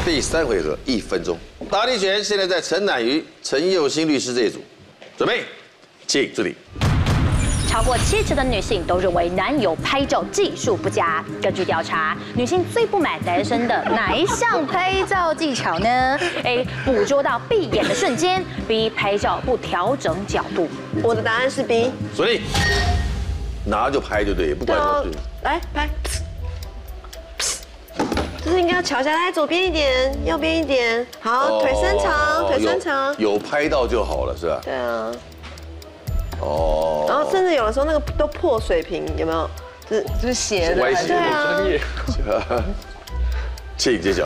第3回合1分钟，答题权现在在陈乃瑜、陈佑兴律师这一组，准备，请助理。 超过70%的女性都认为男友拍照技术不佳。根据调查，女性最不满男生的哪一项拍照技巧呢 ？A. 捕捉到闭眼的瞬间 ；B. 拍照不调整角度。 我的答案是 B。 锁定，拿就拍就对，不管多对。 来拍，就是应该要瞧一下，来左边一点，右边一点，好，腿伸长，腿伸长， 有拍到就好了，是吧？ 对啊。 哦。 然后甚至有的时候那个都破水平，有没有？就是斜的， 歪斜的， 对啊。 专业。 请揭晓。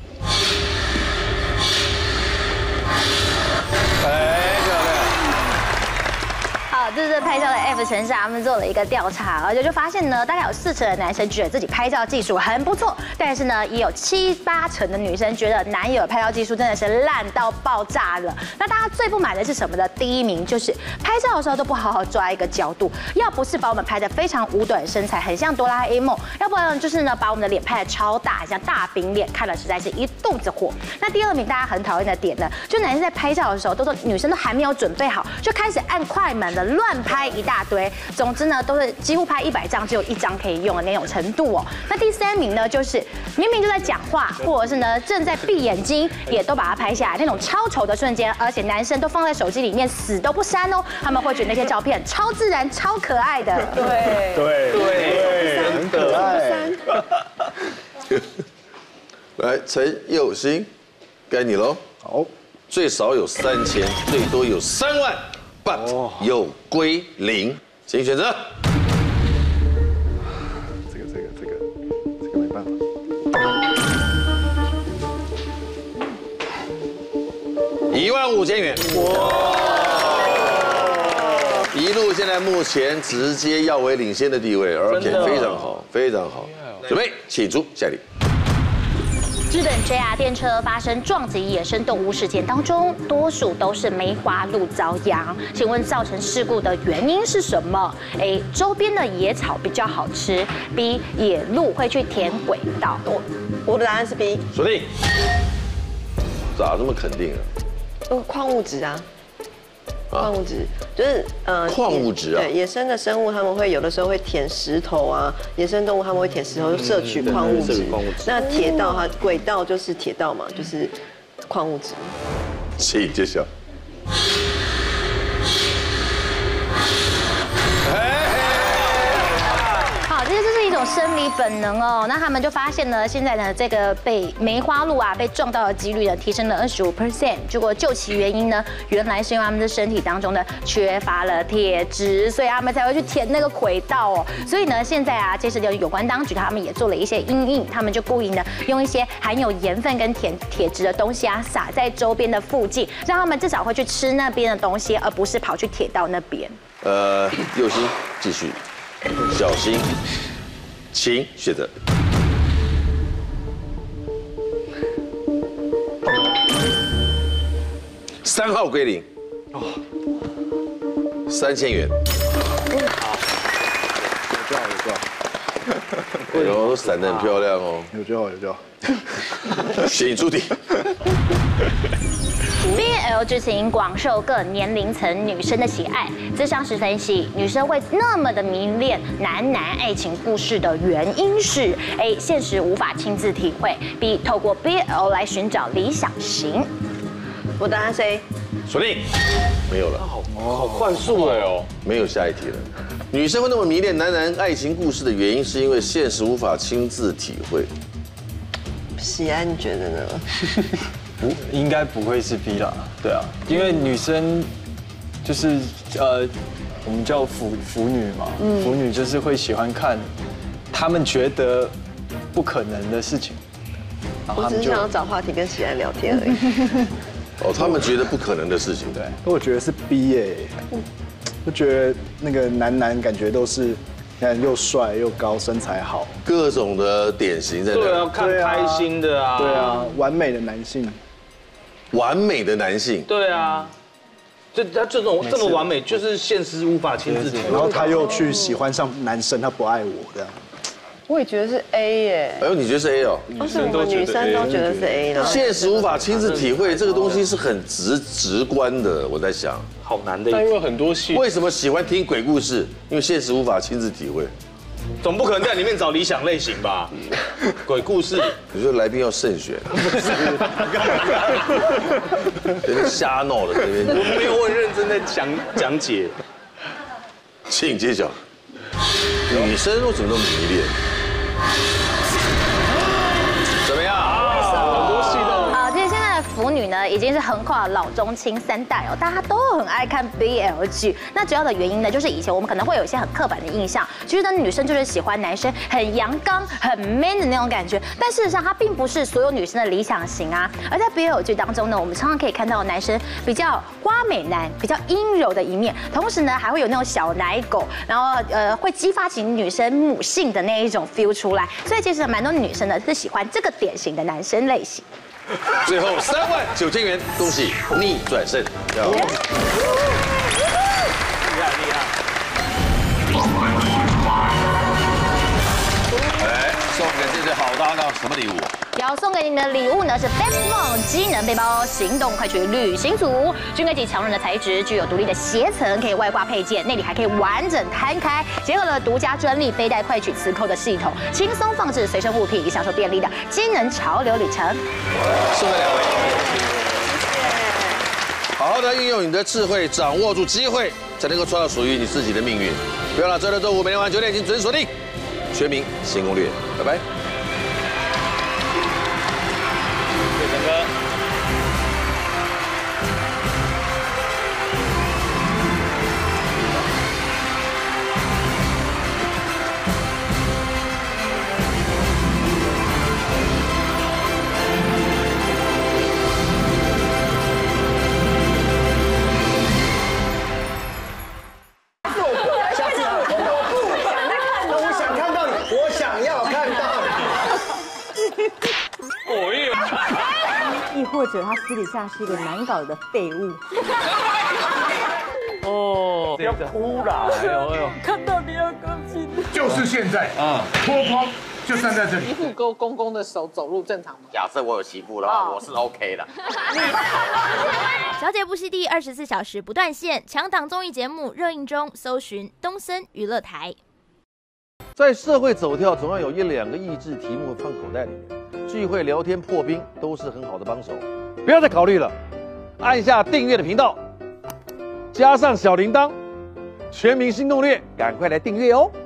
好，这是拍照的 F 城市，他们做了一个调查，而且就发现呢，大概有40%的男生觉得自己拍照技术很不错，但是呢，也有7、8成的女生觉得男友的拍照技术真的是烂到爆炸了。那大家最不满的是什么呢？第一名就是拍照的时候都不好好抓一个角度，要不是把我们拍得非常五短身材，很像哆啦 A 梦，要不然就是呢把我们的脸拍得超大，很像大饼脸，看了实在是一肚子火。那第2名大家很讨厌的点呢，就男生在拍照的时候，都说女生都还没有准备好，就开始按快门的乱拍一大堆。总之呢，都是几乎拍100张，只有1张可以用的那种程度哦。那第3名呢，就是明明就在讲话，或者是呢正在闭眼睛，也都把它拍下来，那种超丑的瞬间，而且男生都放在手机里面死都不删哦，他们会觉得那些照片超自然、超可爱的。 对， 很可爱。 来，陈佑兴，该你喽。 好， 最少有3000，最多有3万，but 有归零，请选择。 这个没办法。 15000元。一路现在目前直接耀为领先的地位，而且非常好，非常好。准备，请出下题。 日本 JR 电车发生撞击野生动物事件当中，多数都是梅花鹿遭殃。请问造成事故的原因是什么 ？A. 周边的野草比较好吃 ；B. 野鹿会去填轨道。 我的答案是 B。 锁定。咋这么肯定啊？ 矿物质啊。 矿物质就是矿物质啊， 对，野生的生物他们会有的时候会舔石头啊，野生动物他们会舔石头，就摄取矿物质。那铁道它轨道就是铁道嘛，就是矿物质。 请揭晓。 好，这是一种生理本能哦。那他们就发现呢，现在呢这个被梅花鹿啊被撞到的几率呢提升了25%。结果究其原因呢，原来是因为他们的身体当中呢缺乏了铁质，所以他们才会去填那个轨道哦。所以呢，现在啊，这次的有关当局他们也做了一些因应，他们就故意呢用一些含有盐分跟铁质的东西啊撒在周边的附近，让他们至少会去吃那边的东西，而不是跑去铁道那边。 右心继续，小心。 请选择。3号归零。3000元。有就好，闪得很漂亮哦。 有就好，有就好。 请出题。 BL 剧情广受各年龄层女生的喜爱。咨商时分析，女生会那么的迷恋男爱情故事的原因是 ：A. 现实无法亲自体会 ；B. 透过 BL 来寻找理想型。 我答案是 A。 锁定。没有了。 好快速了哦。 没有下一题了。女生会那么迷恋男爱情故事的原因，是因为现实无法亲自体会。 喜安，你觉得呢？ 不，应该不会是 B 啦，对啊，因为女生就是我们叫腐女嘛，腐女就是会喜欢看他们觉得不可能的事情，然后我只是想要找话题跟喜安聊天而已。 哦，他们觉得不可能的事情， 对， 我觉得是 B 耶，我觉得那个男感觉都是，你看又帅又高，身材好， 各种的典型在那。 对啊，看开心的啊， 对啊，完美的男性。 完美的男性， 对啊，他这种这么完美，就是现实无法亲自体会。 然后他又去喜欢上男生，他不爱我这样。 我也觉得是 A 耶。 哎呦，你觉得是 A 哦？ 为什么女生都觉得是 A 呢？ 现实无法亲自体会，这个东西是很直观的。我在想， 好难的。 但因为很多戏， 为什么喜欢听鬼故事？因为现实无法亲自体会。 总不可能在里面找理想类型吧？鬼故事， 你说来宾要慎选，有点瞎闹的这边。 我没有很认真在讲解。 请揭晓，女生为什么都迷恋？怎么样？ 很多戏都。 其实现在的腐女呢，已经是横跨老中青3代哦，大家都很爱看 BL 剧。那主要的原因呢，就是以前我们可能会有一些很刻板的印象，觉得女生就是喜欢男生很阳刚、很 man 的那种感觉。但事实上，它并不是所有女生的理想型啊。而在 BL 剧当中呢，我们常常可以看到男生比较花美男、比较阴柔的一面，同时呢，还会有那种小奶狗，然后会激发起女生母性的那一种 feel 出来。所以其实蛮多女生呢是喜欢这个典型的男生类型。 最后39000元，恭喜逆转胜！厉害！ 来，送给这对好搭档什么礼物？ 要送给你们的礼物呢是 Bestmon 机能背包，行动快取旅行组，军规级强韧的材质，具有独立的携层，可以外挂配件，内里还可以完整摊开，结合了独家专利背带快取磁扣的系统，轻松放置随身物品，享受便利的机能潮流旅程。 送给2位，好好的运用你的智慧，掌握住机会，才能够创造属于你自己的命运。不要忘了周六周五每天晚上9点，请准时锁定《全民新攻略》，拜拜。 亦或者他私底下是一个难搞的废物。 哦，要哭了！哎呦， 看到你要高兴。 就是现在啊，脱光就站在这里。 媳妇勾公公的手走路正常吗？ 假设我有媳妇的话，我是 OK 的。 小姐不息地24小时不断线，强档综艺节目热映中，搜寻东森娱乐台。 在社会走跳，总要有1-2个益智题目放口袋里面，聚会聊天破冰都是很好的帮手。不要再考虑了，按下订阅的频道，加上小铃铛，全民新攻略，赶快来订阅哦。